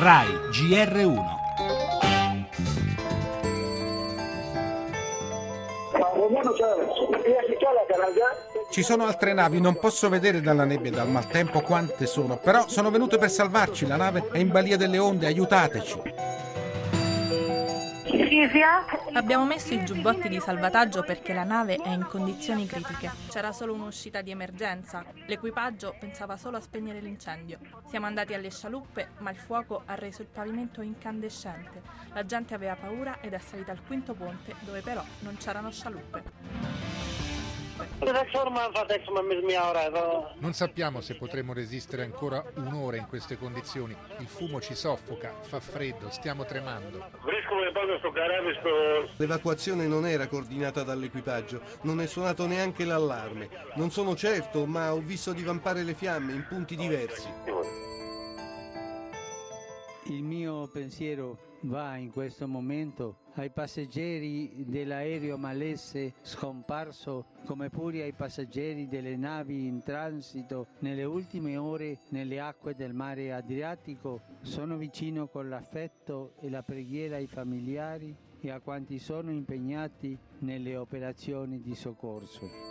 Rai GR1. Ci sono altre navi, non posso vedere dalla nebbia e dal maltempo quante sono, però sono venute per salvarci, la nave è in balia delle onde, aiutateci. Abbiamo messo i giubbotti di salvataggio perché la nave è in condizioni critiche. C'era solo un'uscita di emergenza. L'equipaggio pensava solo a spegnere l'incendio. Siamo andati alle scialuppe, ma il fuoco ha reso il pavimento incandescente. La gente aveva paura ed è salita al quinto ponte, dove però non c'erano scialuppe. Non sappiamo se potremo resistere ancora un'ora in queste condizioni. Il fumo ci soffoca, fa freddo, stiamo tremando. L'evacuazione non era coordinata dall'equipaggio, non è suonato neanche l'allarme. Non sono certo, ma ho visto divampare le fiamme in punti diversi. Il mio pensiero va in questo momento ai passeggeri dell'aereo malese scomparso, come pure ai passeggeri delle navi in transito nelle ultime ore nelle acque del mare Adriatico. Sono vicino con l'affetto e la preghiera ai familiari e a quanti sono impegnati nelle operazioni di soccorso.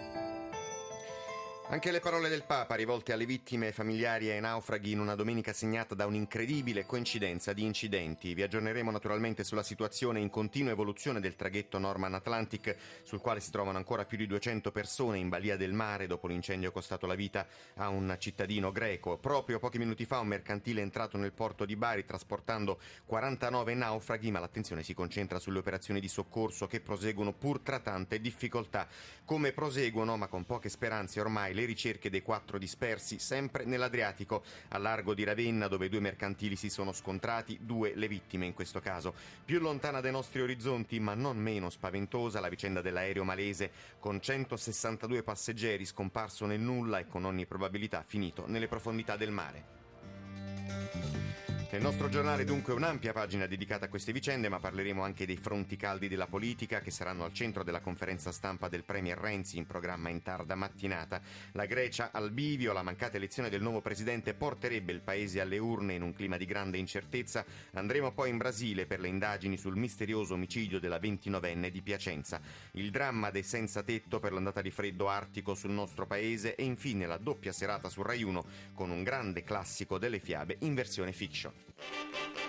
Anche le parole del Papa rivolte alle vittime, ai familiari e ai naufraghi in una domenica segnata da un'incredibile coincidenza di incidenti. Vi aggiorneremo naturalmente sulla situazione in continua evoluzione del traghetto Norman Atlantic, sul quale si trovano ancora più di 200 persone in balia del mare dopo l'incendio costato la vita a un cittadino greco. Proprio pochi minuti fa un mercantile è entrato nel porto di Bari trasportando 49 naufraghi, ma l'attenzione si concentra sulle operazioni di soccorso che proseguono pur tra tante difficoltà. Come proseguono, ma con poche speranze ormai, le ricerche dei 4 dispersi, sempre nell'Adriatico, a largo di Ravenna, dove 2 mercantili si sono scontrati, 2 le vittime in questo caso. Più lontana dai nostri orizzonti, ma non meno spaventosa, la vicenda dell'aereo malese, con 162 passeggeri scomparso nel nulla e con ogni probabilità finito nelle profondità del mare. Nel nostro giornale dunque un'ampia pagina dedicata a queste vicende, ma parleremo anche dei fronti caldi della politica che saranno al centro della conferenza stampa del Premier Renzi in programma in tarda mattinata. La Grecia al bivio, la mancata elezione del nuovo presidente porterebbe il paese alle urne in un clima di grande incertezza. Andremo poi in Brasile per le indagini sul misterioso omicidio della 29enne di Piacenza. Il dramma dei senza tetto per l'ondata di freddo artico sul nostro paese e infine la doppia serata su Rai 1 con un grande classico delle fiabe in versione fiction.